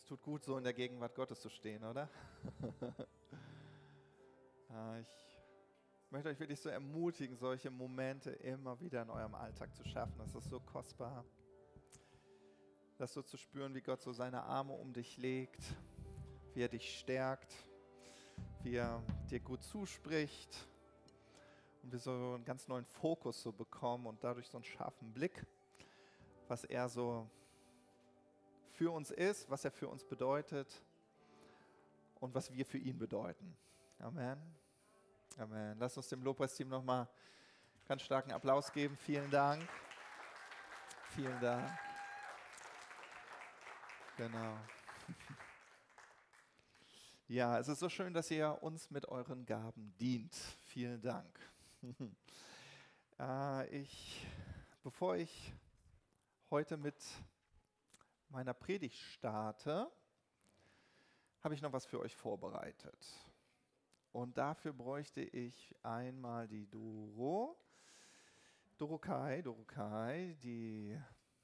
Es tut gut, so in der Gegenwart Gottes zu stehen, oder? Ich möchte euch wirklich so ermutigen, solche Momente immer wieder in eurem Alltag zu schaffen. Das ist so kostbar, das so zu spüren, wie Gott so seine Arme um dich legt, wie er dich stärkt, wie er dir gut zuspricht und wir so einen ganz neuen Fokus so bekommen und dadurch so einen scharfen Blick, was er so für uns ist, was er für uns bedeutet und was wir für ihn bedeuten. Amen. Amen. Lass uns dem Lobpreisteam nochmal ganz starken Applaus geben. Vielen Dank. Vielen Dank. Genau. Ja, es ist so schön, dass ihr uns mit euren Gaben dient. Vielen Dank. Bevor ich heute mit meiner Predigt starte, habe ich noch was für euch vorbereitet. Und dafür bräuchte ich einmal die Dorokai, die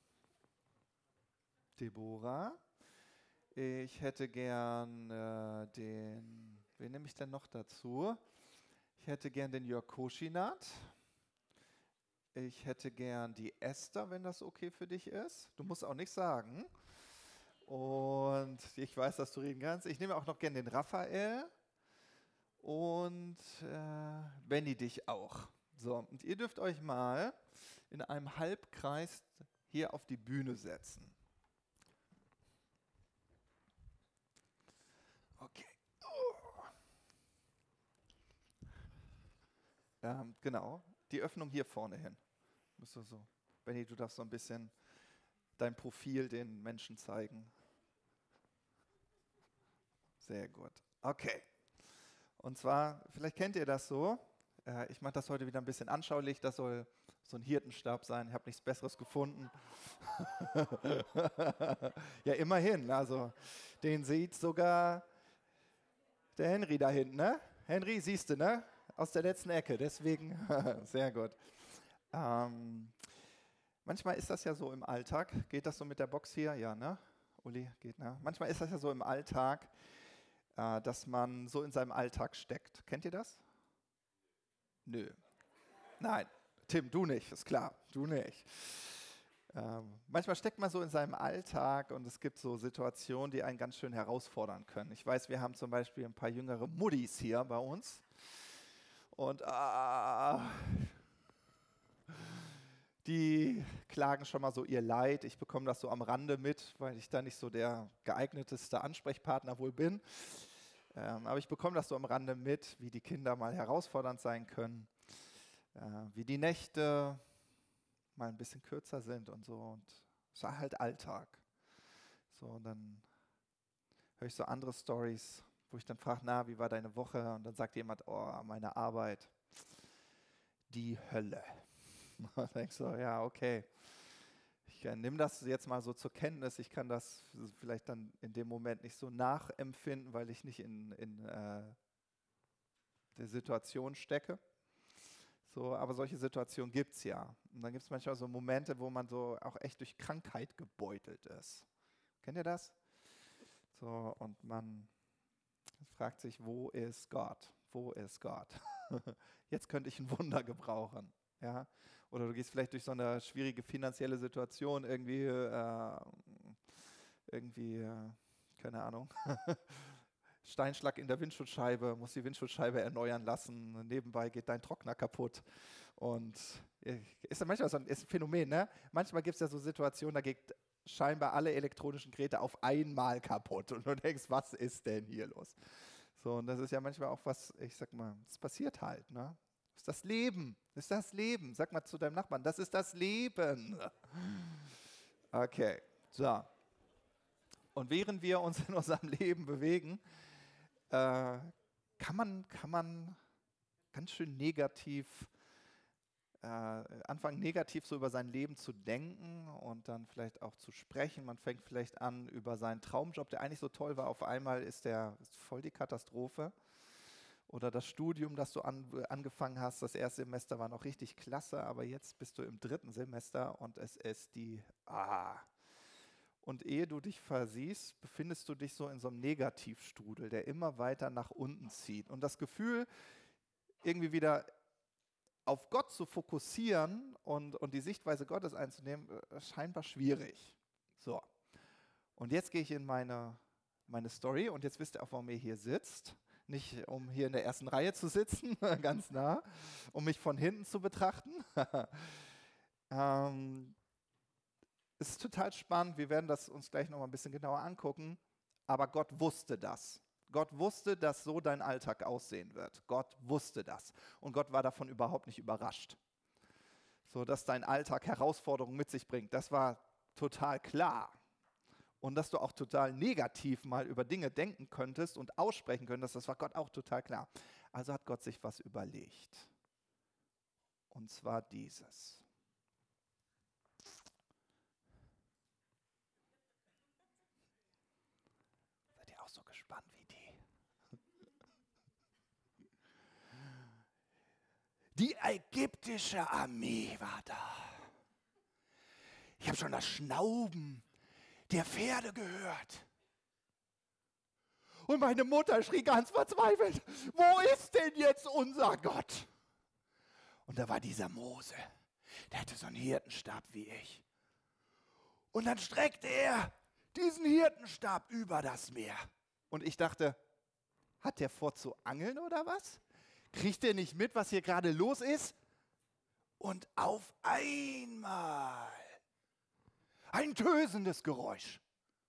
Deborah. Ich hätte gern wen nehme ich denn noch dazu? Ich hätte gern den Jörg Koschinat. Ich hätte gern die Esther, wenn das okay für dich ist. Du musst auch nichts sagen. Und ich weiß, dass du reden kannst. Ich nehme auch noch gern den Raphael. Und Benny dich auch. So, und ihr dürft euch mal in einem Halbkreis hier auf die Bühne setzen. Okay. Genau, die Öffnung hier vorne hin. Müsst du so. Benny, du darfst so ein bisschen dein Profil den Menschen zeigen. Sehr gut. Okay. Und zwar, vielleicht kennt ihr das so. Ich mache das heute wieder ein bisschen anschaulich. Das soll so ein Hirtenstab sein. Ich habe nichts Besseres gefunden. Ja, immerhin. Also, den sieht sogar der Henry da hinten, ne? Henry, siehst du, ne? Aus der letzten Ecke. Deswegen, sehr gut. Manchmal ist das ja so im Alltag. Geht das so mit der Box hier? Ja, ne? Uli, geht, ne? Manchmal ist das ja so im Alltag, dass man so in seinem Alltag steckt. Kennt ihr das? Nö. Nein. Tim, du nicht, ist klar. Du nicht. Manchmal steckt man so in seinem Alltag und es gibt so Situationen, die einen ganz schön herausfordern können. Ich weiß, wir haben zum Beispiel ein paar jüngere Muddis hier bei uns. Und die klagen schon mal so ihr Leid. Ich bekomme das so am Rande mit, weil ich da nicht so der geeigneteste Ansprechpartner wohl bin. Aber ich bekomme das so am Rande mit, wie die Kinder mal herausfordernd sein können, wie die Nächte mal ein bisschen kürzer sind und so. Und es war halt Alltag. So, und dann höre ich so andere Stories, wo ich dann frage, na, wie war deine Woche? Und dann sagt jemand, oh, meine Arbeit, die Hölle. Und dann denkst du, ja, okay. Ich nehme das jetzt mal so zur Kenntnis. Ich kann das vielleicht dann in dem Moment nicht so nachempfinden, weil ich nicht in der Situation stecke. So, aber solche Situationen gibt es ja. Und dann gibt es manchmal so Momente, wo man so auch echt durch Krankheit gebeutelt ist. Kennt ihr das? So, und man fragt sich, wo ist Gott? Wo ist Gott? Jetzt könnte ich ein Wunder gebrauchen. Ja? Oder du gehst vielleicht durch so eine schwierige finanzielle Situation, keine Ahnung, Steinschlag in der Windschutzscheibe, musst die Windschutzscheibe erneuern lassen, nebenbei geht dein Trockner kaputt. Und ist ja manchmal so ein Phänomen, ne? Manchmal gibt es ja so Situationen, da geht scheinbar alle elektronischen Geräte auf einmal kaputt und du denkst, was ist denn hier los? So, und das ist ja manchmal auch was, ich sag mal, das passiert halt, ne? Das ist das Leben, das ist das Leben. Sag mal zu deinem Nachbarn, das ist das Leben. Okay, so. Und während wir uns in unserem Leben bewegen, kann man ganz schön anfangen, negativ so über sein Leben zu denken und dann vielleicht auch zu sprechen. Man fängt vielleicht an über seinen Traumjob, der eigentlich so toll war. Auf einmal ist voll die Katastrophe. Oder das Studium, das du angefangen hast, das erste Semester war noch richtig klasse, aber jetzt bist du im 3. Semester und es ist Und ehe du dich versiehst, befindest du dich so in so einem Negativstrudel, der immer weiter nach unten zieht. Und das Gefühl, irgendwie wieder auf Gott zu fokussieren und die Sichtweise Gottes einzunehmen, scheinbar schwierig. So, und jetzt gehe ich in meine Story und jetzt wisst ihr auch, warum ihr hier sitzt. Nicht, um hier in der ersten Reihe zu sitzen, ganz nah, um mich von hinten zu betrachten. Es ist total spannend, wir werden das uns gleich noch mal ein bisschen genauer angucken, aber Gott wusste das. Gott wusste, dass so dein Alltag aussehen wird. Gott wusste das. Und Gott war davon überhaupt nicht überrascht. So, dass dein Alltag Herausforderungen mit sich bringt, das war total klar. Und dass du auch total negativ mal über Dinge denken könntest und aussprechen könntest, das war Gott auch total klar. Also hat Gott sich was überlegt. Und zwar dieses. Seid ihr auch so gespannt wie die? Die ägyptische Armee war da. Ich habe schon das Schnauben der Pferde gehört. Und meine Mutter schrie ganz verzweifelt, wo ist denn jetzt unser Gott? Und da war dieser Mose, der hatte so einen Hirtenstab wie ich. Und dann streckte er diesen Hirtenstab über das Meer. Und ich dachte, hat der vor zu angeln oder was? Kriegt der nicht mit, was hier gerade los ist? Und auf einmal ein tösendes Geräusch.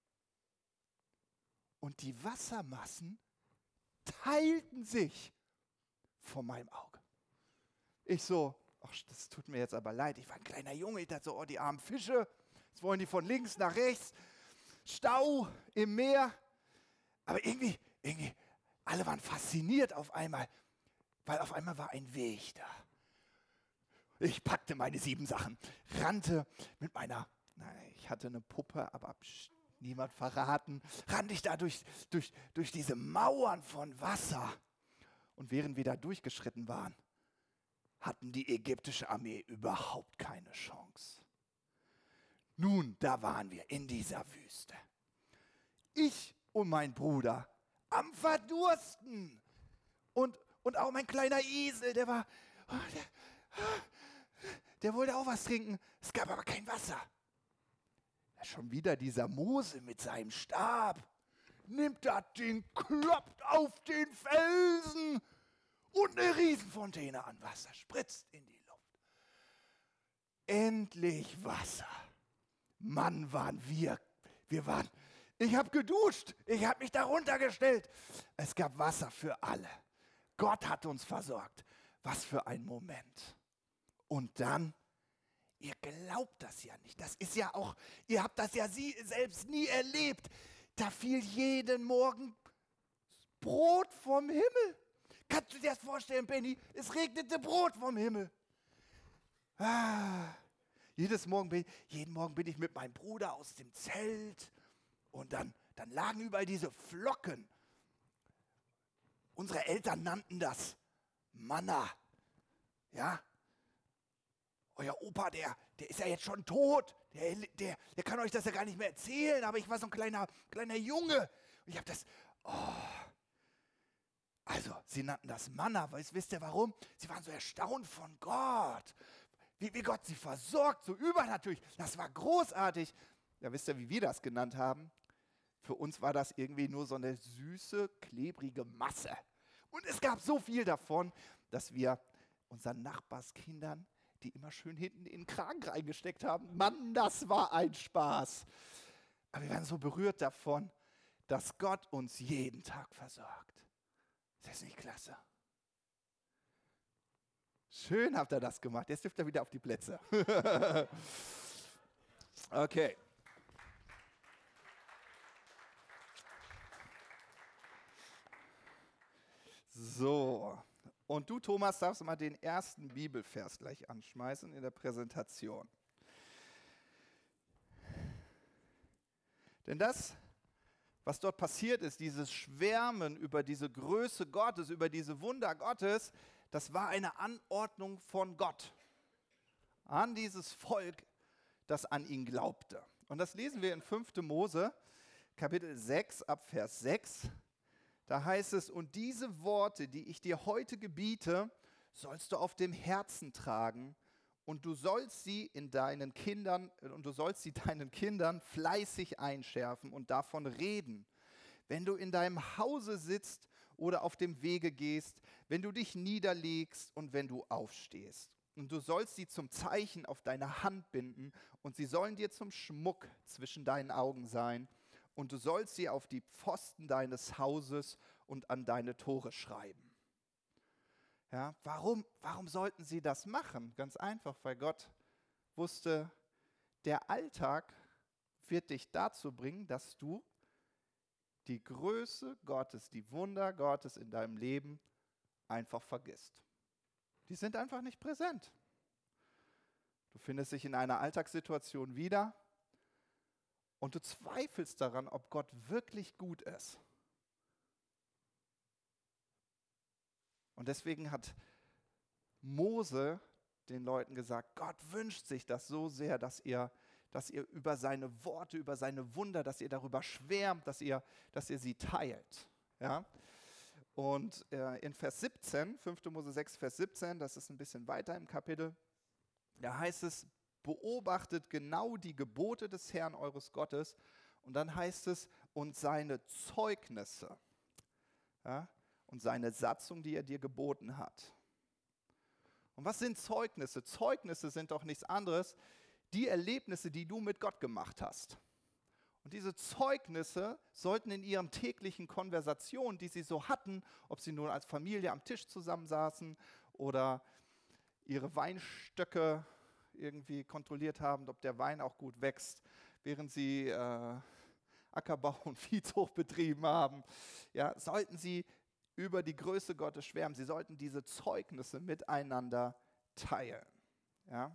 Und die Wassermassen teilten sich vor meinem Auge. Ich so, ach, das tut mir jetzt aber leid. Ich war ein kleiner Junge. Ich dachte so, oh, die armen Fische. Jetzt wollen die von links nach rechts. Stau im Meer. Aber irgendwie, alle waren fasziniert auf einmal. Weil auf einmal war ein Weg da. Ich packte meine 7 Sachen, rannte mit meiner, ich hatte eine Puppe, aber niemand verraten, rannte ich da durch diese Mauern von Wasser. Und während wir da durchgeschritten waren, hatten die ägyptische Armee überhaupt keine Chance. Nun, da waren wir in dieser Wüste. Ich und mein Bruder am Verdursten. Und auch mein kleiner Esel, der wollte auch was trinken. Es gab aber kein Wasser. Ja, schon wieder dieser Mose mit seinem Stab. Nimmt das Ding, kloppt auf den Felsen und eine Riesenfontäne an Wasser spritzt in die Luft. Endlich Wasser. Mann, ich habe geduscht, ich habe mich darunter gestellt. Es gab Wasser für alle. Gott hat uns versorgt. Was für ein Moment. Und dann, ihr glaubt das ja nicht. Das ist ja auch, ihr habt das ja selbst nie erlebt. Da fiel jeden Morgen Brot vom Himmel. Kannst du dir das vorstellen, Benny? Es regnete Brot vom Himmel. Jeden Morgen bin ich mit meinem Bruder aus dem Zelt und dann lagen überall diese Flocken. Unsere Eltern nannten das Manna. Ja? Euer Opa, der ist ja jetzt schon tot. Der kann euch das ja gar nicht mehr erzählen, aber ich war so ein kleiner Junge. Und ich habe das, Also, sie nannten das Manna. Wisst ihr warum? Sie waren so erstaunt von Gott. Wie Gott sie versorgt, so übernatürlich. Das war großartig. Ja, wisst ihr, wie wir das genannt haben? Für uns war das irgendwie nur so eine süße, klebrige Masse. Und es gab so viel davon, dass wir unseren Nachbarskindern die immer schön hinten in den Kragen reingesteckt haben. Mann, das war ein Spaß. Aber wir waren so berührt davon, dass Gott uns jeden Tag versorgt. Ist das nicht klasse? Schön habt ihr das gemacht. Jetzt dürft ihr wieder auf die Plätze. Okay. So, und du, Thomas, darfst mal den ersten Bibelvers gleich anschmeißen in der Präsentation. Denn das, was dort passiert ist, dieses Schwärmen über diese Größe Gottes, über diese Wunder Gottes, das war eine Anordnung von Gott an dieses Volk, das an ihn glaubte. Und das lesen wir in 5. Mose, Kapitel 6, ab Vers 6. Da heißt es, und diese Worte, die ich dir heute gebiete, sollst du auf dem Herzen tragen und du sollst sie deinen Kindern fleißig einschärfen und davon reden. Wenn du in deinem Hause sitzt oder auf dem Wege gehst, wenn du dich niederlegst und wenn du aufstehst. Und du sollst sie zum Zeichen auf deine Hand binden und sie sollen dir zum Schmuck zwischen deinen Augen sein. Und du sollst sie auf die Pfosten deines Hauses und an deine Tore schreiben. Ja, warum sollten sie das machen? Ganz einfach, weil Gott wusste, der Alltag wird dich dazu bringen, dass du die Größe Gottes, die Wunder Gottes in deinem Leben einfach vergisst. Die sind einfach nicht präsent. Du findest dich in einer Alltagssituation wieder und du zweifelst daran, ob Gott wirklich gut ist. Und deswegen hat Mose den Leuten gesagt, Gott wünscht sich das so sehr, dass ihr über seine Worte, über seine Wunder, dass ihr darüber schwärmt, dass ihr sie teilt. Ja? Und in Vers 17, 5. Mose 6, Vers 17, das ist ein bisschen weiter im Kapitel, da heißt es, beobachtet genau die Gebote des Herrn eures Gottes. Und dann heißt es, und seine Zeugnisse, ja, und seine Satzung, die er dir geboten hat. Und was sind Zeugnisse? Zeugnisse sind doch nichts anderes, die Erlebnisse, die du mit Gott gemacht hast. Und diese Zeugnisse sollten in ihren täglichen Konversationen, die sie so hatten, ob sie nun als Familie am Tisch zusammensaßen oder ihre Weinstöcke irgendwie kontrolliert haben, ob der Wein auch gut wächst, während sie Ackerbau und Viehzucht betrieben haben, ja, sollten sie über die Größe Gottes schwärmen. Sie sollten diese Zeugnisse miteinander teilen. Ja.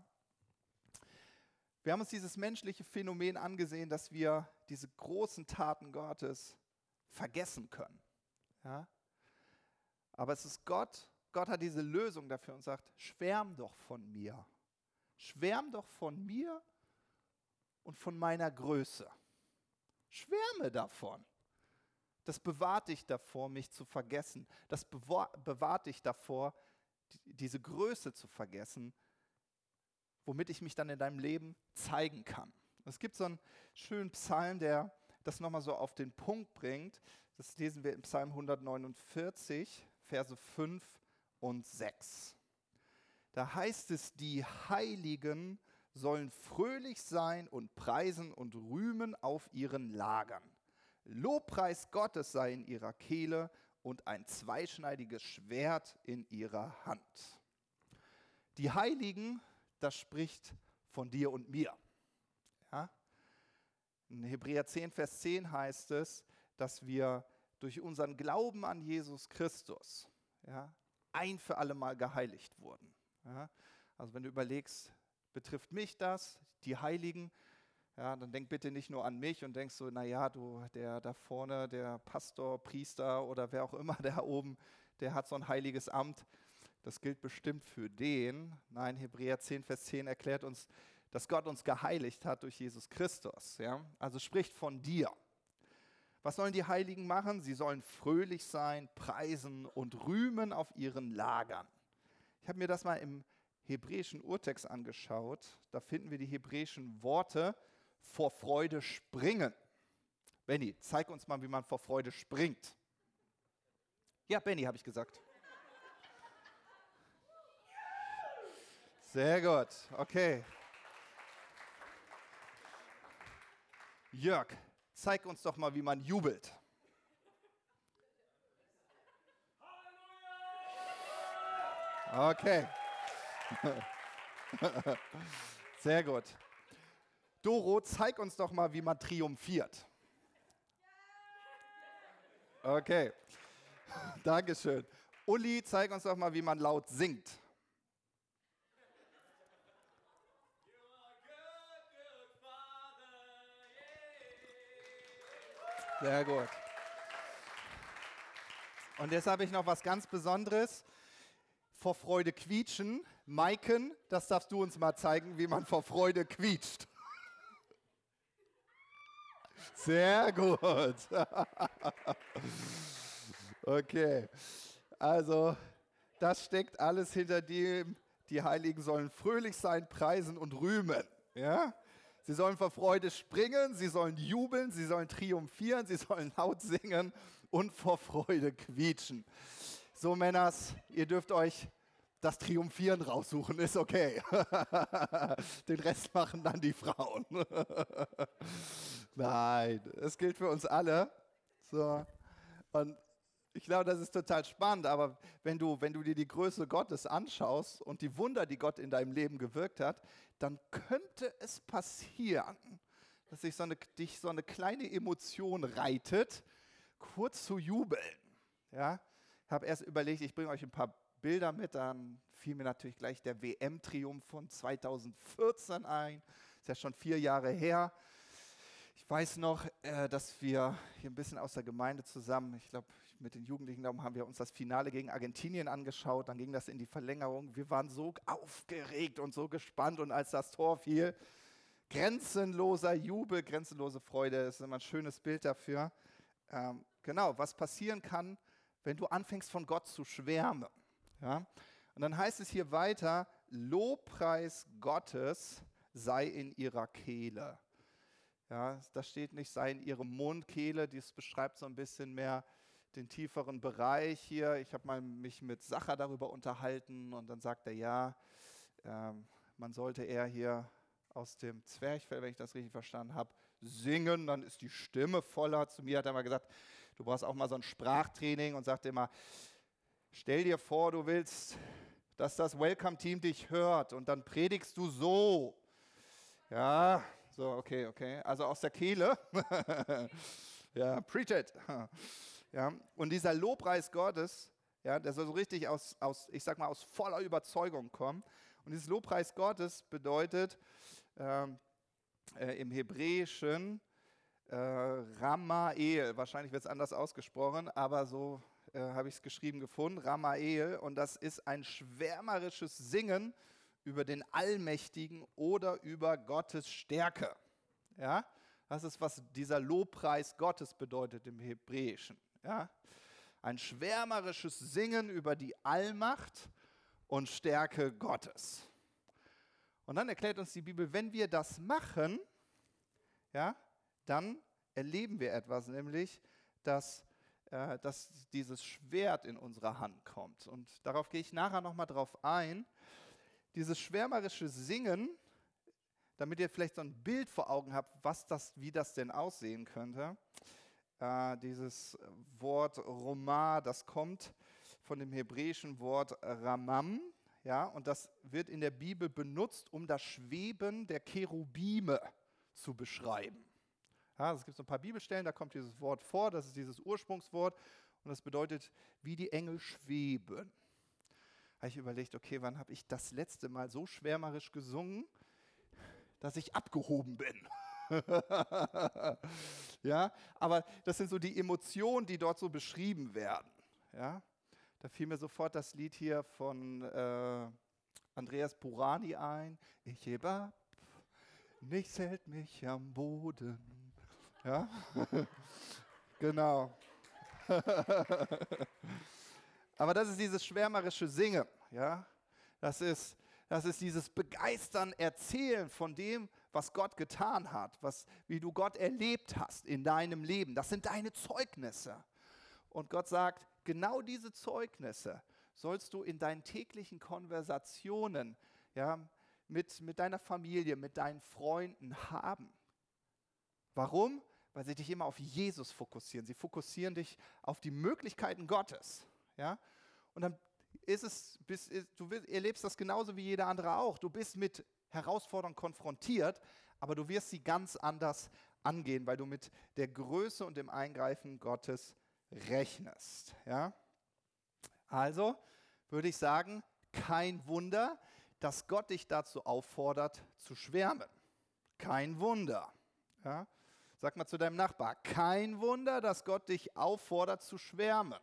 Wir haben uns dieses menschliche Phänomen angesehen, dass wir diese großen Taten Gottes vergessen können. Ja. Aber es ist Gott hat diese Lösung dafür und sagt, schwärm doch von mir. Schwärm doch von mir und von meiner Größe. Schwärme davon. Das bewahrt dich davor, mich zu vergessen. Das bewahrt dich davor, diese Größe zu vergessen, womit ich mich dann in deinem Leben zeigen kann. Es gibt so einen schönen Psalm, der das nochmal so auf den Punkt bringt. Das lesen wir im Psalm 149, Verse 5 und 6. Da heißt es, die Heiligen sollen fröhlich sein und preisen und rühmen auf ihren Lagern. Lobpreis Gottes sei in ihrer Kehle und ein zweischneidiges Schwert in ihrer Hand. Die Heiligen, das spricht von dir und mir. Ja? In Hebräer 10, Vers 10 heißt es, dass wir durch unseren Glauben an Jesus Christus ein für alle Mal geheiligt wurden. Ja? Also wenn du überlegst, betrifft mich das, die Heiligen, ja, dann denk bitte nicht nur an mich und denkst so, naja, der da vorne, der Pastor, Priester oder wer auch immer da oben, der hat so ein heiliges Amt. Das gilt bestimmt für den. Nein, Hebräer 10, Vers 10 erklärt uns, dass Gott uns geheiligt hat durch Jesus Christus. Ja? Also spricht von dir. Was sollen die Heiligen machen? Sie sollen fröhlich sein, preisen und rühmen auf ihren Lagern. Ich habe mir das mal im hebräischen Urtext angeschaut. Da finden wir die hebräischen Worte vor Freude springen. Benny, zeig uns mal, wie man vor Freude springt. Ja, Benny, habe ich gesagt. Sehr gut, okay. Jörg, zeig uns doch mal, wie man jubelt. Okay. Sehr gut. Doro, zeig uns doch mal, wie man triumphiert. Okay. Dankeschön. Uli, zeig uns doch mal, wie man laut singt. Sehr gut. Und jetzt habe ich noch was ganz Besonderes. Vor Freude quietschen. Maiken, das darfst du uns mal zeigen, wie man vor Freude quietscht. Sehr gut. Okay, also das steckt alles hinter dem, die Heiligen sollen fröhlich sein, preisen und rühmen. Ja? Sie sollen vor Freude springen, sie sollen jubeln, sie sollen triumphieren, sie sollen laut singen und vor Freude quietschen. So Männers, ihr dürft euch das Triumphieren raussuchen, ist okay. Den Rest machen dann die Frauen. Nein, es gilt für uns alle. So. Und ich glaube, das ist total spannend, aber wenn du dir die Größe Gottes anschaust und die Wunder, die Gott in deinem Leben gewirkt hat, dann könnte es passieren, dass dich so eine kleine Emotion reitet, kurz zu jubeln. Ja? Ich habe erst überlegt, ich bringe euch ein paar Bilder mit, dann fiel mir natürlich gleich der WM-Triumph von 2014 ein. Ist ja schon 4 Jahre her. Ich weiß noch, dass wir hier ein bisschen aus der Gemeinde zusammen, ich glaube, mit den Jugendlichen haben wir uns das Finale gegen Argentinien angeschaut, dann ging das in die Verlängerung. Wir waren so aufgeregt und so gespannt und als das Tor fiel, grenzenloser Jubel, grenzenlose Freude, das ist immer ein schönes Bild dafür. Genau, was passieren kann, wenn du anfängst von Gott zu schwärmen. Ja? Und dann heißt es hier weiter, Lobpreis Gottes sei in ihrer Kehle. Ja, das steht nicht, sei in ihrem Mund, Kehle, das beschreibt so ein bisschen mehr den tieferen Bereich hier. Ich habe mal mich mit Sacher darüber unterhalten und dann sagt er, ja, man sollte eher hier aus dem Zwerchfell, wenn ich das richtig verstanden habe, singen, dann ist die Stimme voller. Zu mir hat er mal gesagt, du brauchst auch mal so ein Sprachtraining und sagt immer, stell dir vor, du willst, dass das Welcome-Team dich hört und dann predigst du so. Ja, so, okay. Also aus der Kehle. Ja, preach it. Ja, und dieser Lobpreis Gottes, ja, der soll so richtig ich sag mal, aus voller Überzeugung kommen. Und dieses Lobpreis Gottes bedeutet im Hebräischen Ramael, wahrscheinlich wird es anders ausgesprochen, aber so habe ich es geschrieben gefunden, Ramael, und das ist ein schwärmerisches Singen über den Allmächtigen oder über Gottes Stärke. Ja? Das ist, was dieser Lobpreis Gottes bedeutet im Hebräischen. Ja? Ein schwärmerisches Singen über die Allmacht und Stärke Gottes. Und dann erklärt uns die Bibel, wenn wir das machen, ja, dann erleben wir etwas, nämlich, dass dieses Schwert in unsere Hand kommt. Und darauf gehe ich nachher nochmal drauf ein. Dieses schwärmerische Singen, damit ihr vielleicht so ein Bild vor Augen habt, wie das denn aussehen könnte. Dieses Wort Romah, das kommt von dem hebräischen Wort Ramam, ja, und das wird in der Bibel benutzt, um das Schweben der Cherubime zu beschreiben. Ja, es gibt so ein paar Bibelstellen, da kommt dieses Wort vor, das ist dieses Ursprungswort und das bedeutet, wie die Engel schweben. Habe ich überlegt, okay, wann habe ich das letzte Mal so schwärmerisch gesungen, dass ich abgehoben bin. Ja, aber das sind so die Emotionen, die dort so beschrieben werden. Ja, da fiel mir sofort das Lied hier von Andreas Burani ein. Ich heb ab, nichts hält mich am Boden. Ja, genau. Aber das ist dieses schwärmerische Singen. Ja, das ist dieses Begeistern, Erzählen von dem, was Gott getan hat, wie du Gott erlebt hast in deinem Leben. Das sind deine Zeugnisse. Und Gott sagt, genau diese Zeugnisse sollst du in deinen täglichen Konversationen, ja, mit deiner Familie, mit deinen Freunden haben. Warum? Weil sie dich immer auf Jesus fokussieren. Sie fokussieren dich auf die Möglichkeiten Gottes. Ja? Und dann du erlebst das genauso wie jeder andere auch. Du bist mit Herausforderungen konfrontiert, aber du wirst sie ganz anders angehen, weil du mit der Größe und dem Eingreifen Gottes rechnest. Ja? Also würde ich sagen, kein Wunder, dass Gott dich dazu auffordert, zu schwärmen. Kein Wunder. Ja? Sag mal zu deinem Nachbar, kein Wunder, dass Gott dich auffordert, zu schwärmen.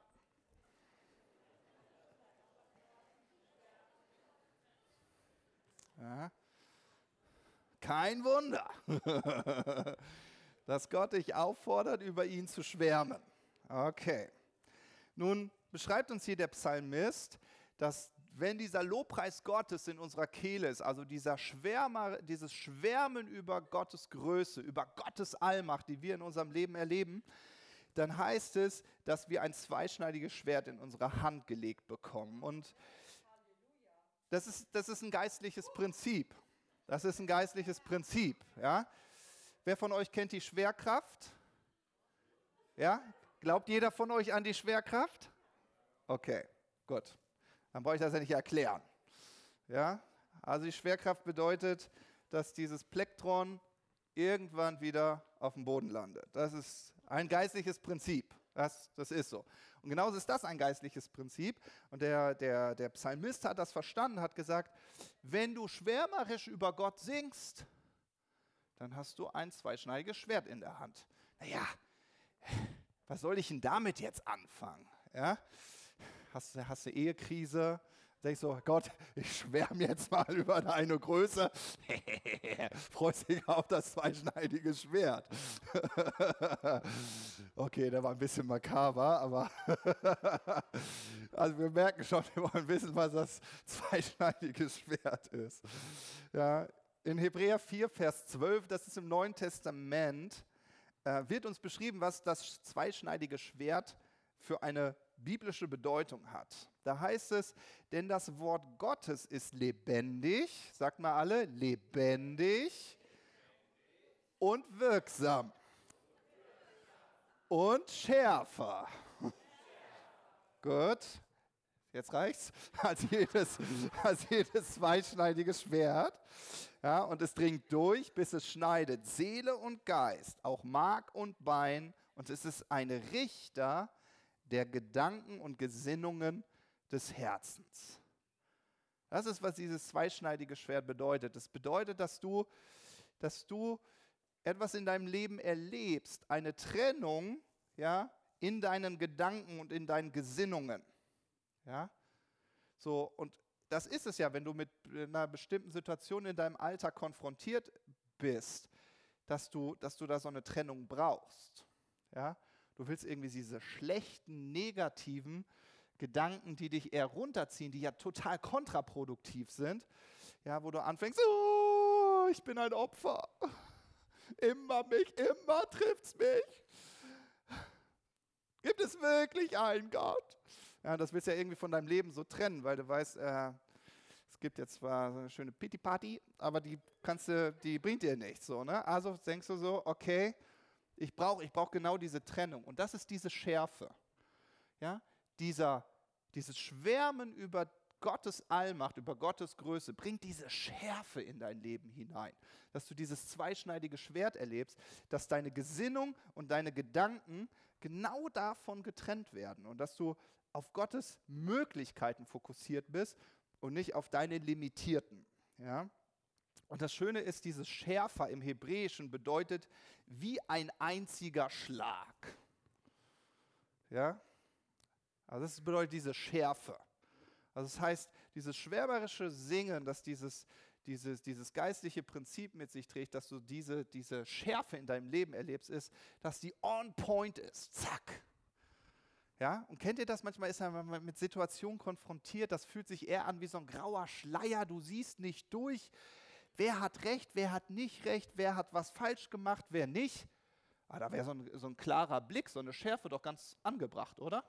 Ja. Kein Wunder. Dass Gott dich auffordert, über ihn zu schwärmen. Okay. Nun beschreibt uns hier der Psalmist, dass wenn dieser Lobpreis Gottes in unserer Kehle ist, also dieses Schwärmen über Gottes Größe, über Gottes Allmacht, die wir in unserem Leben erleben, dann heißt es, dass wir ein zweischneidiges Schwert in unsere Hand gelegt bekommen. Und das ist ein geistliches Prinzip. Das ist ein geistliches Prinzip. Ja? Wer von euch kennt die Schwerkraft? Ja? Glaubt jeder von euch an die Schwerkraft? Okay, gut. Dann brauche ich das ja nicht erklären. Ja? Also die Schwerkraft bedeutet, dass dieses Plektron irgendwann wieder auf dem Boden landet. Das ist ein geistliches Prinzip. Das ist so. Und genauso ist das ein geistliches Prinzip. Und der Psalmist hat das verstanden, hat gesagt, wenn du schwärmerisch über Gott singst, dann hast du ein zweischneidiges Schwert in der Hand. Naja, was soll ich denn damit jetzt anfangen? Ja? Hast du Ehekrise? Denkst du, Gott, ich schwärme jetzt mal über deine Größe. Freust dich auf das zweischneidige Schwert. Okay, der war ein bisschen makaber, aber also wir merken schon, wir wollen wissen, was das zweischneidige Schwert ist. Ja, in Hebräer 4, Vers 12, das ist im Neuen Testament, wird uns beschrieben, was das zweischneidige Schwert für eine biblische Bedeutung hat. Da heißt es, denn das Wort Gottes ist lebendig, sagt mal alle, lebendig und wirksam und schärfer. Gut, jetzt reicht's, als jedes zweischneidige Schwert. Ja, und es dringt durch, bis es schneidet Seele und Geist, auch Mark und Bein, und es ist ein Richter der Gedanken und Gesinnungen des Herzens. Das ist, was dieses zweischneidige Schwert bedeutet. Es bedeutet, dass du etwas in deinem Leben erlebst, eine Trennung, ja, in deinen Gedanken und in deinen Gesinnungen. Ja? So, und das ist es ja, wenn du mit einer bestimmten Situation in deinem Alltag konfrontiert bist, dass du da so eine Trennung brauchst. Ja? Du willst irgendwie diese schlechten, negativen Gedanken, die dich eher runterziehen, die ja total kontraproduktiv sind, ja, wo du anfängst, oh, ich bin ein Opfer, immer trifft's mich. Gibt es wirklich einen Gott? Ja, das willst du ja irgendwie von deinem Leben so trennen, weil du weißt, es gibt jetzt zwar so eine schöne Pity-Party, aber die bringt dir nichts. So, ne? Also denkst du so, okay, ich brauch genau diese Trennung. Und das ist diese Schärfe. Ja? Dieses Schwärmen über Gottes Allmacht, über Gottes Größe, bringt diese Schärfe in dein Leben hinein. Dass du dieses zweischneidige Schwert erlebst, dass deine Gesinnung und deine Gedanken genau davon getrennt werden. Und dass du auf Gottes Möglichkeiten fokussiert bist und nicht auf deine limitierten. Ja? Und das Schöne ist, dieses Schärfer im Hebräischen bedeutet wie ein einziger Schlag. Ja? Also das bedeutet diese Schärfe. Also das heißt, dieses schwärmerische Singen, das dieses geistliche Prinzip mit sich trägt, dass du diese Schärfe in deinem Leben erlebst, ist, dass die on point ist. Zack. Ja? Und kennt ihr das? Manchmal ist man mit Situationen konfrontiert, das fühlt sich eher an wie so ein grauer Schleier, du siehst nicht durch, wer hat recht, wer hat nicht recht, wer hat was falsch gemacht, wer nicht. Aber da wäre so ein klarer Blick, so eine Schärfe doch ganz angebracht, oder?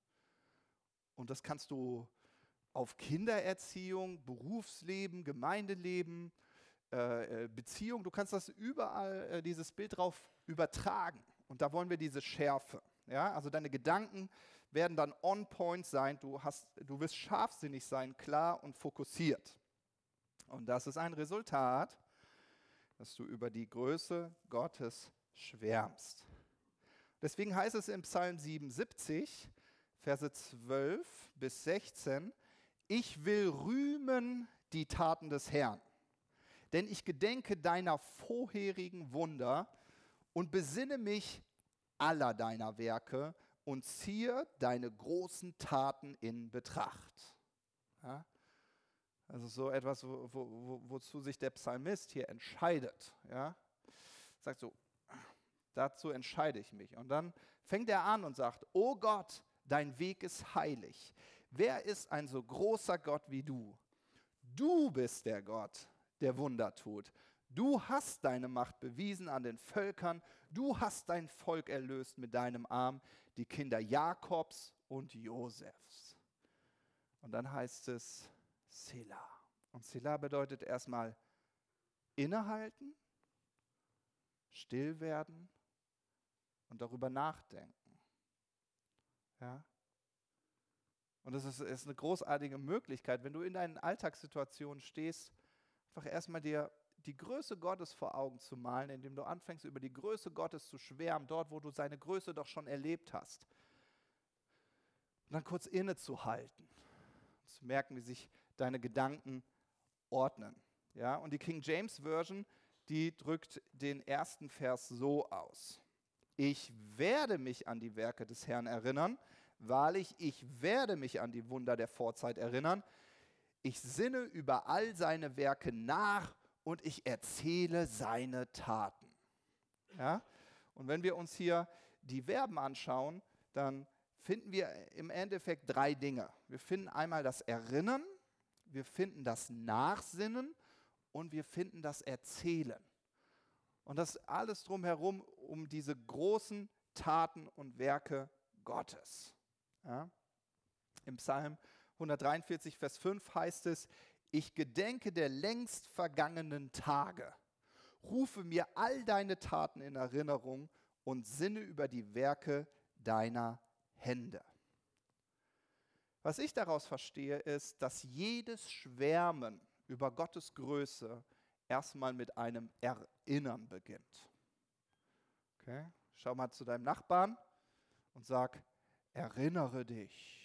Und das kannst du auf Kindererziehung, Berufsleben, Gemeindeleben, Beziehung, du kannst das überall, dieses Bild drauf übertragen. Und da wollen wir diese Schärfe. Ja? Also deine Gedanken werden dann on point sein, du wirst scharfsinnig sein, klar und fokussiert. Und das ist ein Resultat, dass du über die Größe Gottes schwärmst. Deswegen heißt es im Psalm 77, Verse 12 bis 16, ich will rühmen die Taten des Herrn, denn ich gedenke deiner vorherigen Wunder und besinne mich aller deiner Werke und ziehe deine großen Taten in Betracht. Ja? Also so etwas, wozu sich der Psalmist hier entscheidet. Ja? Sagt so, dazu entscheide ich mich. Und dann fängt er an und sagt, oh Gott, dein Weg ist heilig. Wer ist ein so großer Gott wie du? Du bist der Gott, der Wunder tut. Du hast deine Macht bewiesen an den Völkern. Du hast dein Volk erlöst mit deinem Arm, die Kinder Jakobs und Josefs. Und dann heißt es Selah. Und Selah bedeutet erstmal innehalten, still werden und darüber nachdenken. Ja? Und das ist eine großartige Möglichkeit, wenn du in deinen Alltagssituationen stehst, einfach erstmal dir die Größe Gottes vor Augen zu malen, indem du anfängst, über die Größe Gottes zu schwärmen, dort, wo du seine Größe doch schon erlebt hast. Und dann kurz innezuhalten, zu merken, wie sich deine Gedanken ordnen. Ja? Und die King James Version, die drückt den ersten Vers so aus. Ich werde mich an die Werke des Herrn erinnern, wahrlich, ich werde mich an die Wunder der Vorzeit erinnern. Ich sinne über all seine Werke nach und ich erzähle seine Taten. Ja? Und wenn wir uns hier die Verben anschauen, dann finden wir im Endeffekt 3 Dinge. Wir finden einmal das Erinnern, wir finden das Nachsinnen und wir finden das Erzählen. Und das alles drumherum um diese großen Taten und Werke Gottes. Ja? Im Psalm 143, Vers 5 heißt es, ich gedenke der längst vergangenen Tage, rufe mir all deine Taten in Erinnerung und sinne über die Werke deiner Hände. Was ich daraus verstehe, ist, dass jedes Schwärmen über Gottes Größe erstmal mit einem Erinnern beginnt. Okay? Schau mal zu deinem Nachbarn und sag, erinnere dich.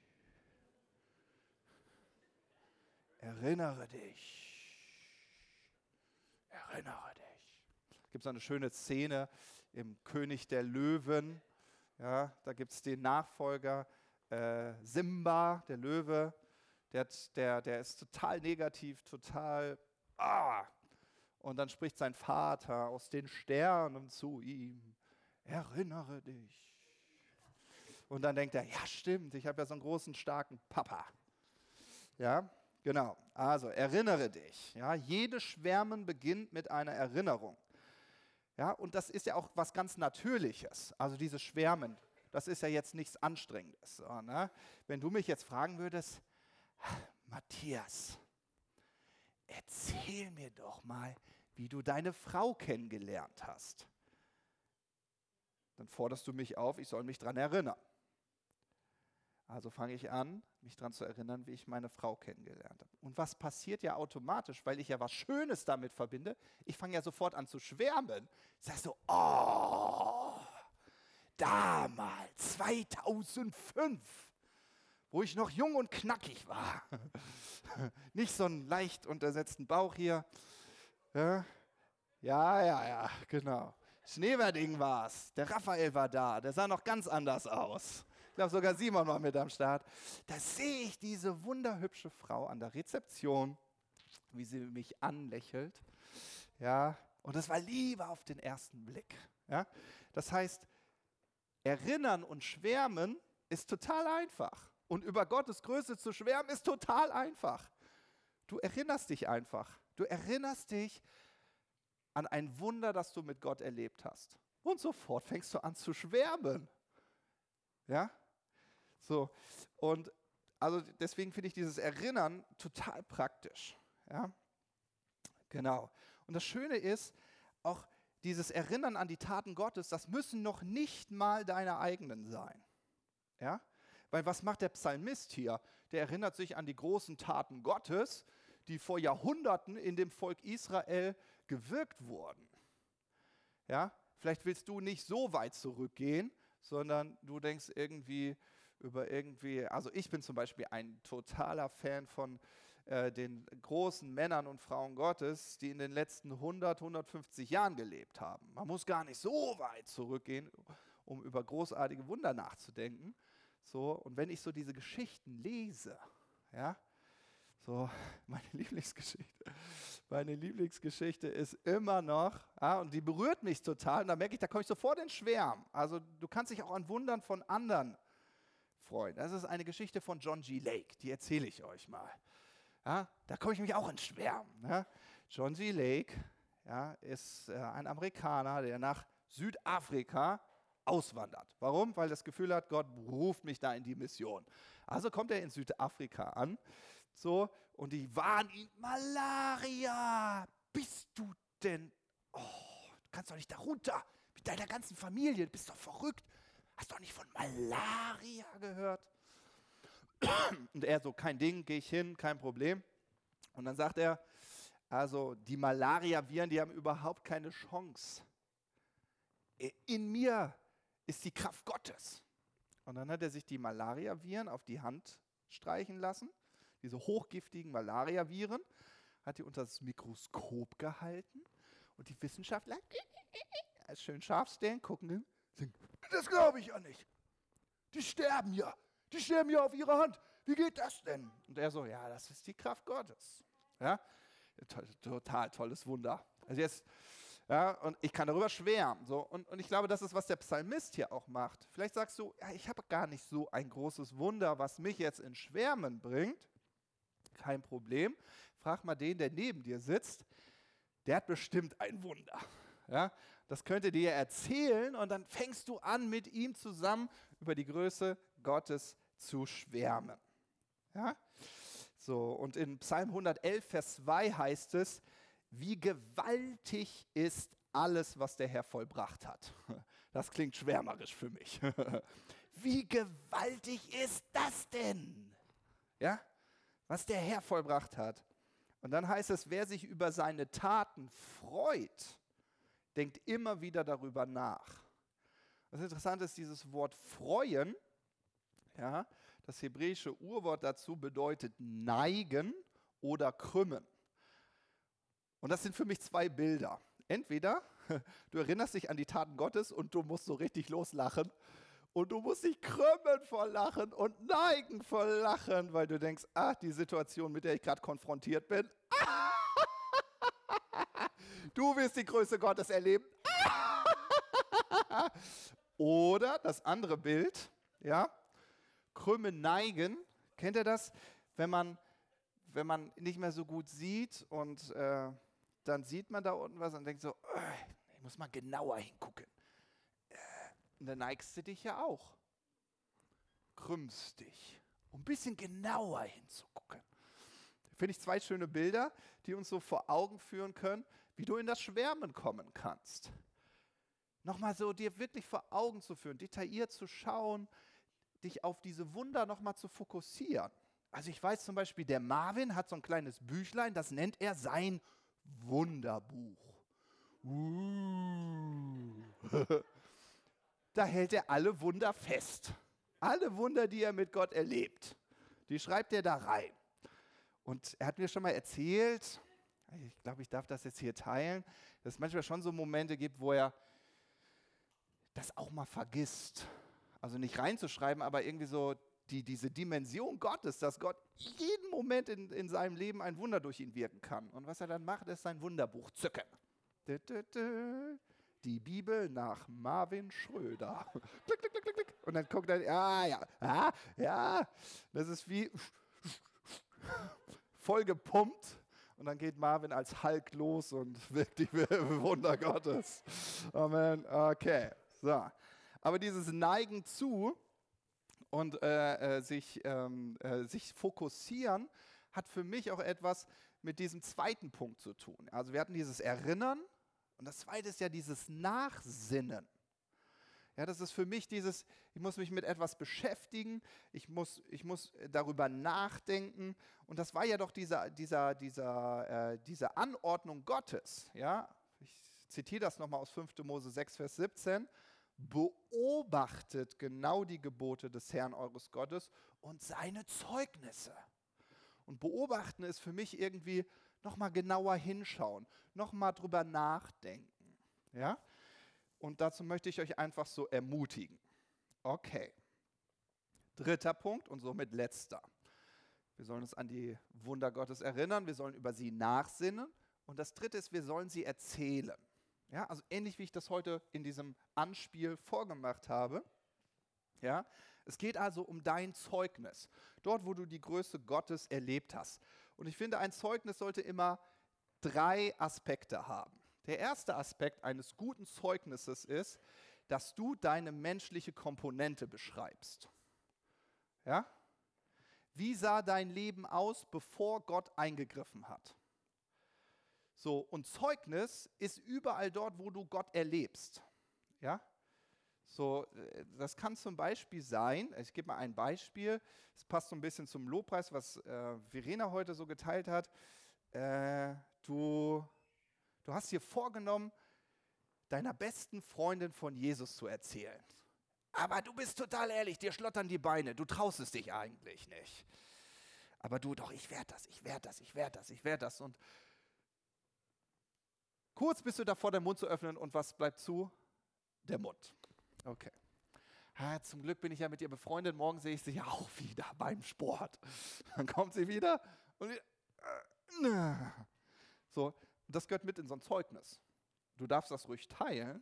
Erinnere dich. Erinnere dich. Es gibt so eine schöne Szene im König der Löwen. Ja, da gibt es den Nachfolger Simba, der Löwe. Der ist total negativ, total. Und dann spricht sein Vater aus den Sternen zu ihm. Erinnere dich. Und dann denkt er, ja stimmt, ich habe ja so einen großen, starken Papa. Ja, genau. Also erinnere dich. Ja, jedes Schwärmen beginnt mit einer Erinnerung. Ja, und das ist ja auch was ganz Natürliches. Also dieses Schwärmen, das ist ja jetzt nichts Anstrengendes. So, ne? Wenn du mich jetzt fragen würdest, Matthias, erzähl mir doch mal, wie du deine Frau kennengelernt hast. Dann forderst du mich auf, ich soll mich daran erinnern. Also fange ich an, mich daran zu erinnern, wie ich meine Frau kennengelernt habe. Und was passiert ja automatisch, weil ich ja was Schönes damit verbinde? Ich fange ja sofort an zu schwärmen. Ich sage so, oh, damals, 2005, wo ich noch jung und knackig war. Nicht so einen leicht untersetzten Bauch hier. Ja, genau. Schneewerding war es. Der Raphael war da. Der sah noch ganz anders aus. Ich glaube, sogar Simon war mit am Start. Da sehe ich diese wunderhübsche Frau an der Rezeption, wie sie mich anlächelt. Ja, und das war Liebe auf den ersten Blick. Ja, das heißt, erinnern und schwärmen ist total einfach. Und über Gottes Größe zu schwärmen ist total einfach. Du erinnerst dich einfach. Du erinnerst dich an ein Wunder, das du mit Gott erlebt hast. Und sofort fängst du an zu schwärmen. Ja? So. Und also deswegen finde ich dieses Erinnern total praktisch. Ja? Genau. Und das Schöne ist, auch dieses Erinnern an die Taten Gottes, das müssen noch nicht mal deine eigenen sein. Ja? Weil was macht der Psalmist hier? Der erinnert sich an die großen Taten Gottes, die vor Jahrhunderten in dem Volk Israel gewirkt wurden. Ja? Vielleicht willst du nicht so weit zurückgehen, sondern du denkst also ich bin zum Beispiel ein totaler Fan von den großen Männern und Frauen Gottes, die in den letzten 100, 150 Jahren gelebt haben. Man muss gar nicht so weit zurückgehen, um über großartige Wunder nachzudenken. So, und wenn ich so diese Geschichten lese, ja, so meine Lieblingsgeschichte, Meine Lieblingsgeschichte ist immer noch, und die berührt mich total, und da merke ich, da komme ich sofort in Schwärmen. Also du kannst dich auch an Wundern von anderen freuen. Das ist eine Geschichte von John G. Lake, die erzähle ich euch mal. Ja, da komme ich nämlich auch in Schwärmen. Ja. John G. Lake ist ein Amerikaner, der nach Südafrika auswandert. Warum? Weil er das Gefühl hat, Gott ruft mich da in die Mission. Also kommt er in Südafrika an, so, und die warnen ihn, Malaria, bist du denn, du kannst doch nicht da runter, mit deiner ganzen Familie, du bist doch verrückt, hast doch nicht von Malaria gehört? Und er so, kein Ding, gehe ich hin, kein Problem. Und dann sagt er, also die Malaria-Viren, die haben überhaupt keine Chance. In mir ist die Kraft Gottes. Und dann hat er sich die Malaria-Viren auf die Hand streichen lassen, diese hochgiftigen Malaria-Viren, hat die unter das Mikroskop gehalten und die Wissenschaftler schön scharf stellen, gucken, das glaube ich ja nicht. Die sterben ja auf ihre Hand. Wie geht das denn? Und er so, ja, das ist die Kraft Gottes. Ja, total tolles Wunder. Also jetzt, und ich kann darüber schwärmen. So. Und ich glaube, das ist, was der Psalmist hier auch macht. Vielleicht sagst du, ja, ich habe gar nicht so ein großes Wunder, was mich jetzt in Schwärmen bringt. Kein Problem. Frag mal den, der neben dir sitzt. Der hat bestimmt ein Wunder. Ja, das könnte dir erzählen und dann fängst du an, mit ihm zusammen über die Größe Gottes zu schwärmen. Ja? So, und in Psalm 111, Vers 2 heißt es, wie gewaltig ist alles, was der Herr vollbracht hat. Das klingt schwärmerisch für mich. Wie gewaltig ist das denn? Ja? Was der Herr vollbracht hat. Und dann heißt es, wer sich über seine Taten freut, denkt immer wieder darüber nach. Das Interessante ist, dieses Wort freuen, ja, das hebräische Urwort dazu bedeutet neigen oder krümmen. Und das sind für mich zwei Bilder. Entweder du erinnerst dich an die Taten Gottes und du musst so richtig loslachen und du musst dich krümmen vor Lachen und neigen vor Lachen, weil du denkst, die Situation, mit der ich gerade konfrontiert bin, du wirst die Größe Gottes erleben. Oder das andere Bild, ja, krümmen, neigen. Kennt ihr das? Wenn man nicht mehr so gut sieht und dann sieht man da unten was und denkt so, ich muss mal genauer hingucken. Und dann neigst du dich ja auch. Krümmst dich, um ein bisschen genauer hinzugucken. Finde ich zwei schöne Bilder, die uns so vor Augen führen können, wie du in das Schwärmen kommen kannst. Nochmal so dir wirklich vor Augen zu führen, detailliert zu schauen, dich auf diese Wunder nochmal zu fokussieren. Also ich weiß zum Beispiel, der Marvin hat so ein kleines Büchlein, das nennt er sein Wunderbuch. Da hält er alle Wunder fest. Alle Wunder, die er mit Gott erlebt, die schreibt er da rein. Und er hat mir schon mal erzählt, ich glaube, ich darf das jetzt hier teilen, dass es manchmal schon so Momente gibt, wo er das auch mal vergisst. Also nicht reinzuschreiben, aber irgendwie so diese Dimension Gottes, dass Gott jeden Moment in seinem Leben ein Wunder durch ihn wirken kann. Und was er dann macht, ist sein Wunderbuch zücken. Die Bibel nach Marvin Schröder. Klick, klick, klick, klick, klick. Und dann guckt er, ja, das ist wie voll gepumpt. Und dann geht Marvin als Hulk los und wirkt die Wunder Gottes. Amen. Okay, so. Aber dieses Neigen zu und sich fokussieren hat für mich auch etwas mit diesem zweiten Punkt zu tun. Also wir hatten dieses Erinnern und das zweite ist ja dieses Nachsinnen. Ja, das ist für mich dieses, ich muss mich mit etwas beschäftigen, ich muss darüber nachdenken. Und das war ja doch diese Anordnung Gottes. Ja? Ich zitiere das nochmal aus 5. Mose 6, Vers 17. Beobachtet genau die Gebote des Herrn eures Gottes und seine Zeugnisse. Und beobachten ist für mich irgendwie nochmal genauer hinschauen, nochmal drüber nachdenken. Ja? Und dazu möchte ich euch einfach so ermutigen. Okay. Dritter Punkt und somit letzter. Wir sollen uns an die Wunder Gottes erinnern, wir sollen über sie nachsinnen Und das dritte ist, wir sollen sie erzählen. Ja, also ähnlich wie ich das heute in diesem Anspiel vorgemacht habe. Ja, es geht also um dein Zeugnis, dort, wo du die Größe Gottes erlebt hast. Und ich finde, ein Zeugnis sollte immer 3 Aspekte haben. Der erste Aspekt eines guten Zeugnisses ist, dass du deine menschliche Komponente beschreibst. Ja? Wie sah dein Leben aus, bevor Gott eingegriffen hat? So, und Zeugnis ist überall dort, wo du Gott erlebst. Ja? So, das kann zum Beispiel sein, ich gebe mal ein Beispiel, es passt so ein bisschen zum Lobpreis, was Verena heute so geteilt hat. Du hast dir vorgenommen, deiner besten Freundin von Jesus zu erzählen. Aber du bist total ehrlich, dir schlottern die Beine, du traust es dich eigentlich nicht. Aber du, doch, ich werde das. Und kurz bist du davor, den Mund zu öffnen und was bleibt zu? Der Mund. Okay. Zum Glück bin ich ja mit ihr befreundet, morgen sehe ich sie ja auch wieder beim Sport. Dann kommt sie wieder und so, das gehört mit in so ein Zeugnis. Du darfst das ruhig teilen,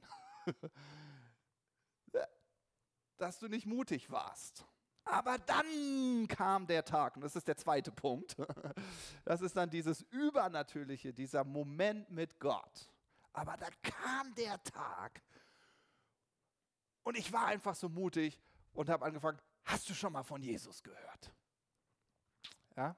dass du nicht mutig warst. Aber dann kam der Tag, und das ist der zweite Punkt. Das ist dann dieses Übernatürliche, dieser Moment mit Gott. Aber da kam der Tag, und ich war einfach so mutig und habe angefangen, hast du schon mal von Jesus gehört? Ja?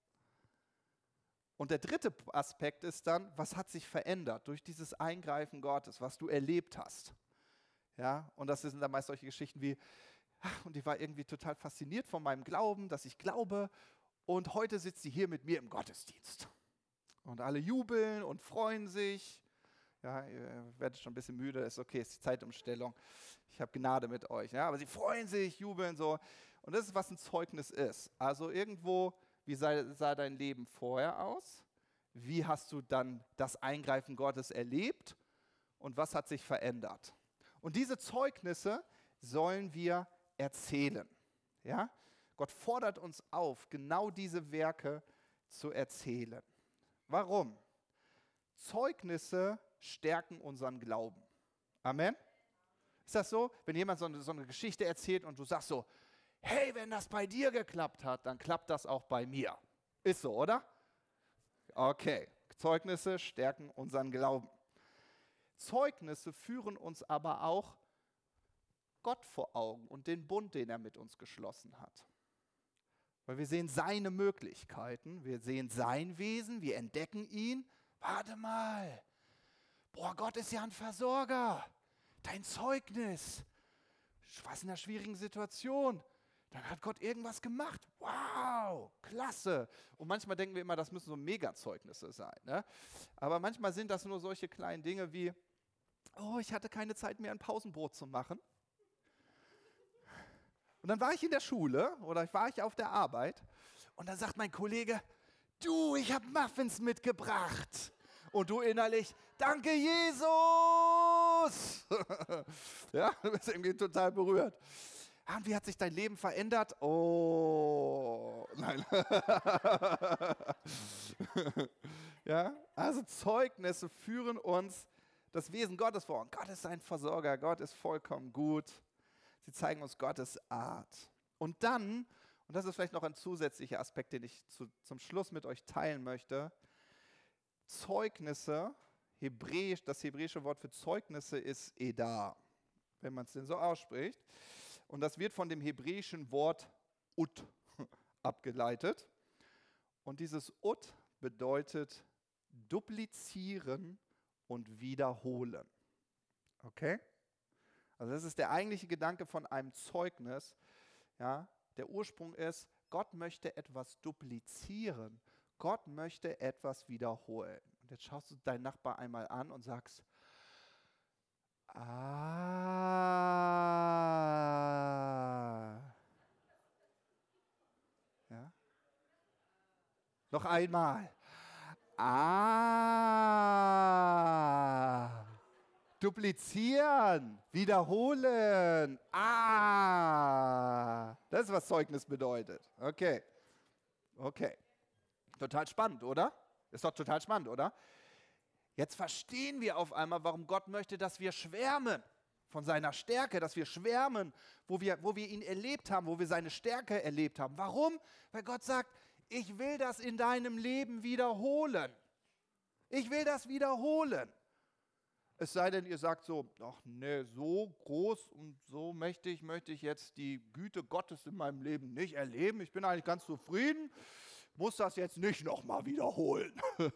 Und der dritte Aspekt ist dann, was hat sich verändert durch dieses Eingreifen Gottes, was du erlebt hast. Ja? Und das sind dann meist solche Geschichten wie, und die war irgendwie total fasziniert von meinem Glauben, dass ich glaube, und heute sitzt sie hier mit mir im Gottesdienst. Und alle jubeln und freuen sich. Ja, ihr werdet schon ein bisschen müde, ist okay, ist die Zeitumstellung. Ich habe Gnade mit euch. Ja, aber sie freuen sich, jubeln so. Und das ist, was ein Zeugnis ist. Also irgendwo, wie sah dein Leben vorher aus? Wie hast du dann das Eingreifen Gottes erlebt? Und was hat sich verändert? Und diese Zeugnisse sollen wir erzählen. Ja? Gott fordert uns auf, genau diese Werke zu erzählen. Warum? Zeugnisse stärken unseren Glauben. Amen? Ist das so? Wenn jemand so eine Geschichte erzählt und du sagst so, hey, wenn das bei dir geklappt hat, dann klappt das auch bei mir. Ist so, oder? Okay, Zeugnisse stärken unseren Glauben. Zeugnisse führen uns aber auch Gott vor Augen und den Bund, den er mit uns geschlossen hat. Weil wir sehen seine Möglichkeiten, wir sehen sein Wesen, wir entdecken ihn. Warte mal, boah, Gott ist ja ein Versorger. Dein Zeugnis. Du warst in einer schwierigen Situation. Dann hat Gott irgendwas gemacht. Wow, klasse. Und manchmal denken wir immer, das müssen so Mega-Zeugnisse sein. Ne? Aber manchmal sind das nur solche kleinen Dinge wie, oh, ich hatte keine Zeit mehr, ein Pausenbrot zu machen. Und dann war ich in der Schule oder war ich auf der Arbeit und dann sagt mein Kollege, du, ich habe Muffins mitgebracht. Und du innerlich, danke Jesus! Ja, du bist irgendwie total berührt. Und wie hat sich dein Leben verändert? Oh, nein. Ja, also Zeugnisse führen uns das Wesen Gottes vor. Und Gott ist ein Versorger, Gott ist vollkommen gut. Sie zeigen uns Gottes Art. Und dann, und das ist vielleicht noch ein zusätzlicher Aspekt, den ich zum Schluss mit euch teilen möchte, Zeugnisse, das hebräische Wort für Zeugnisse ist Edah, wenn man es denn so ausspricht. Und das wird von dem hebräischen Wort Ut abgeleitet. Und dieses Ut bedeutet duplizieren und wiederholen. Okay? Also das ist der eigentliche Gedanke von einem Zeugnis. Ja? Der Ursprung ist, Gott möchte etwas duplizieren. Gott möchte etwas wiederholen. Und jetzt schaust du deinen Nachbar einmal an und sagst, ja? Noch einmal. Duplizieren, wiederholen. Das ist, was Zeugnis bedeutet. Okay. Total spannend, oder? Ist doch total spannend, oder? Jetzt verstehen wir auf einmal, warum Gott möchte, dass wir schwärmen von seiner Stärke, dass wir schwärmen, wo wir ihn erlebt haben, wo wir seine Stärke erlebt haben. Warum? Weil Gott sagt, ich will das in deinem Leben wiederholen. Ich will das wiederholen. Es sei denn, ihr sagt so, ach nee, so groß und so mächtig möchte ich jetzt die Güte Gottes in meinem Leben nicht erleben. Ich bin eigentlich ganz zufrieden, muss das jetzt nicht nochmal wiederholen.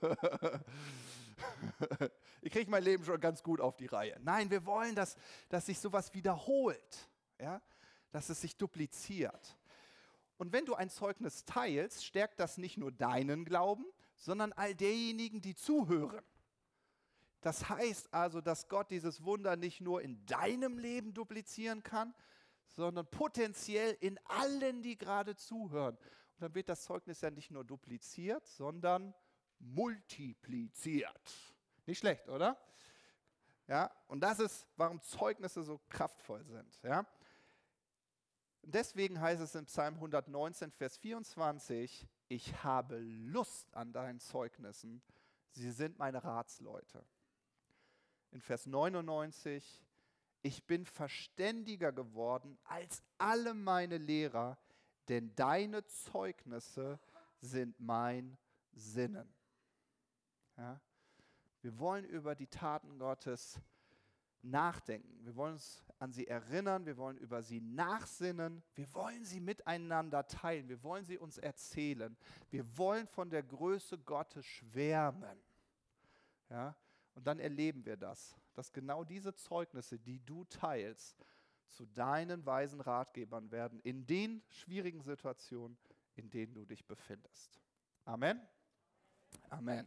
Ich kriege mein Leben schon ganz gut auf die Reihe. Nein, wir wollen, dass sich sowas wiederholt, ja? Dass es sich dupliziert. Und wenn du ein Zeugnis teilst, stärkt das nicht nur deinen Glauben, sondern all derjenigen, die zuhören. Das heißt also, dass Gott dieses Wunder nicht nur in deinem Leben duplizieren kann, sondern potenziell in allen, die gerade zuhören. Und dann wird das Zeugnis ja nicht nur dupliziert, sondern multipliziert. Nicht schlecht, oder? Ja, und das ist, warum Zeugnisse so kraftvoll sind. Ja? Und deswegen heißt es in Psalm 119, Vers 24, ich habe Lust an deinen Zeugnissen, sie sind meine Ratsleute. In Vers 99, ich bin verständiger geworden als alle meine Lehrer, denn deine Zeugnisse sind mein Sinnen. Ja? Wir wollen über die Taten Gottes nachdenken. Wir wollen uns an sie erinnern, wir wollen über sie nachsinnen, wir wollen sie miteinander teilen, wir wollen sie uns erzählen. Wir wollen von der Größe Gottes schwärmen. Ja? Und dann erleben wir das, dass genau diese Zeugnisse, die du teilst, zu deinen weisen Ratgebern werden in den schwierigen Situationen, in denen du dich befindest. Amen? Amen.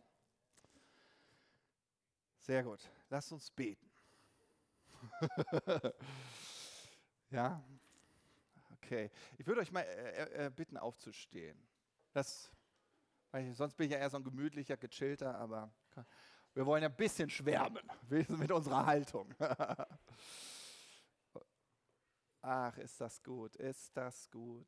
Sehr gut. Lass uns beten. Ja, okay. Ich würde euch mal bitten, aufzustehen. Sonst bin ich ja eher so ein gemütlicher, gechillter, aber wir wollen ja ein bisschen schwärmen mit unserer Haltung. Ach, ist das gut, ist das gut.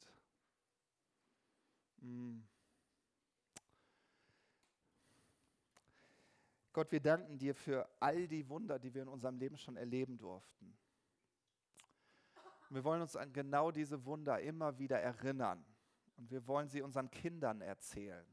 Gott, wir danken dir für all die Wunder, die wir in unserem Leben schon erleben durften. Wir wollen uns an genau diese Wunder immer wieder erinnern. Und wir wollen sie unseren Kindern erzählen.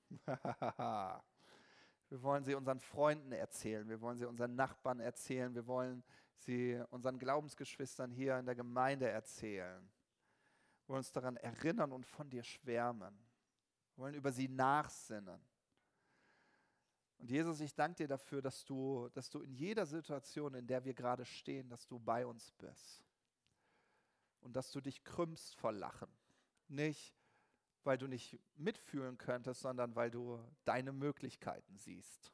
Wir wollen sie unseren Freunden erzählen. Wir wollen sie unseren Nachbarn erzählen. Wir wollen sie unseren Glaubensgeschwistern hier in der Gemeinde erzählen. Wir wollen uns daran erinnern und von dir schwärmen. Wir wollen über sie nachsinnen. Und Jesus, ich danke dir dafür, dass du in jeder Situation, in der wir gerade stehen, dass du bei uns bist. Und dass du dich krümmst vor Lachen. Nicht, weil du nicht mitfühlen könntest, sondern weil du deine Möglichkeiten siehst.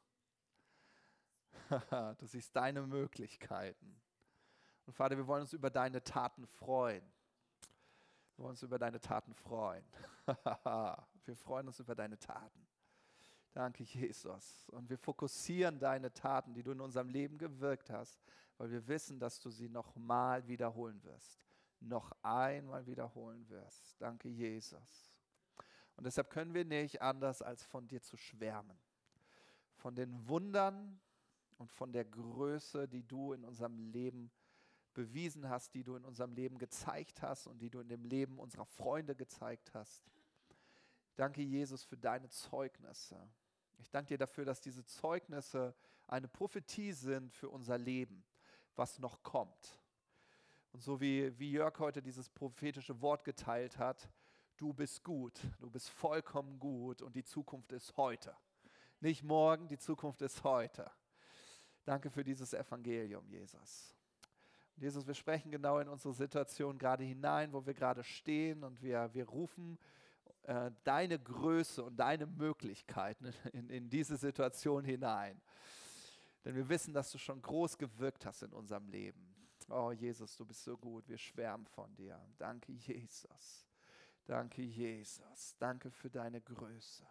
Du siehst deine Möglichkeiten. Und Vater, wir wollen uns über deine Taten freuen. Wir wollen uns über deine Taten freuen. Wir freuen uns über deine Taten. Danke, Jesus. Und wir fokussieren deine Taten, die du in unserem Leben gewirkt hast, weil wir wissen, dass du sie nochmal wiederholen wirst. Noch einmal wiederholen wirst. Danke, Jesus. Und deshalb können wir nicht anders, als von dir zu schwärmen. Von den Wundern und von der Größe, die du in unserem Leben bewiesen hast, die du in unserem Leben gezeigt hast und die du in dem Leben unserer Freunde gezeigt hast. Danke, Jesus, für deine Zeugnisse. Ich danke dir dafür, dass diese Zeugnisse eine Prophetie sind für unser Leben, was noch kommt. Und so wie Jörg heute dieses prophetische Wort geteilt hat, du bist gut, du bist vollkommen gut und die Zukunft ist heute. Nicht morgen, die Zukunft ist heute. Danke für dieses Evangelium, Jesus. Und Jesus, wir sprechen genau in unsere Situation gerade hinein, wo wir gerade stehen und wir rufen deine Größe und deine Möglichkeiten in diese Situation hinein. Denn wir wissen, dass du schon groß gewirkt hast in unserem Leben. Oh Jesus, du bist so gut, wir schwärmen von dir. Danke, Jesus. Danke, Jesus. Danke für deine Größe.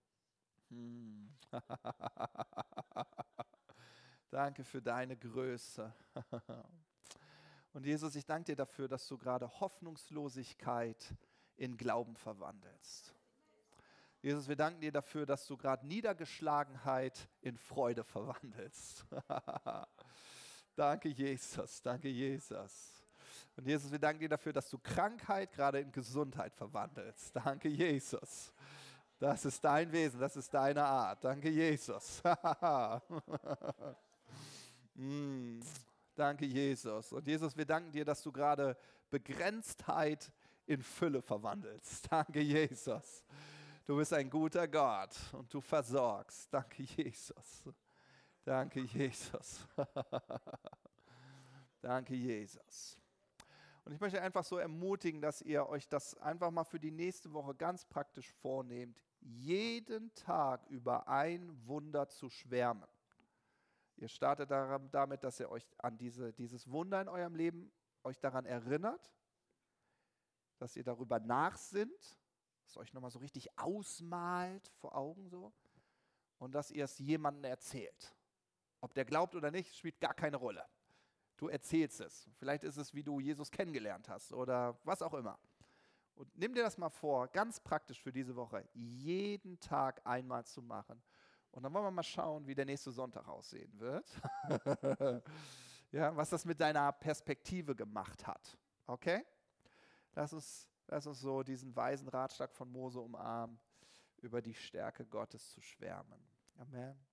Danke für deine Größe. Und Jesus, ich danke dir dafür, dass du gerade Hoffnungslosigkeit in Glauben verwandelst. Jesus, wir danken dir dafür, dass du gerade Niedergeschlagenheit in Freude verwandelst. Danke, Jesus. Danke, Jesus. Und Jesus, wir danken dir dafür, dass du Krankheit gerade in Gesundheit verwandelst. Danke, Jesus. Das ist dein Wesen, das ist deine Art. Danke, Jesus. Danke, Jesus. Und Jesus, wir danken dir, dass du gerade Begrenztheit in Fülle verwandelst. Danke, Jesus. Du bist ein guter Gott und du versorgst. Danke, Jesus. Danke, Jesus. Danke, Jesus. Und ich möchte einfach so ermutigen, dass ihr euch das einfach mal für die nächste Woche ganz praktisch vornehmt, jeden Tag über ein Wunder zu schwärmen. Ihr startet damit, dass ihr euch an dieses Wunder in eurem Leben euch daran erinnert, dass ihr darüber nachsinnt, dass ihr euch nochmal so richtig ausmalt vor Augen so und dass ihr es jemandem erzählt. Ob der glaubt oder nicht, spielt gar keine Rolle. Du erzählst es. Vielleicht ist es, wie du Jesus kennengelernt hast oder was auch immer. Und nimm dir das mal vor, ganz praktisch für diese Woche, jeden Tag einmal zu machen. Und dann wollen wir mal schauen, wie der nächste Sonntag aussehen wird. Ja, was das mit deiner Perspektive gemacht hat. Okay? Lass uns so diesen weisen Ratschlag von Mose umarmen, über die Stärke Gottes zu schwärmen. Amen.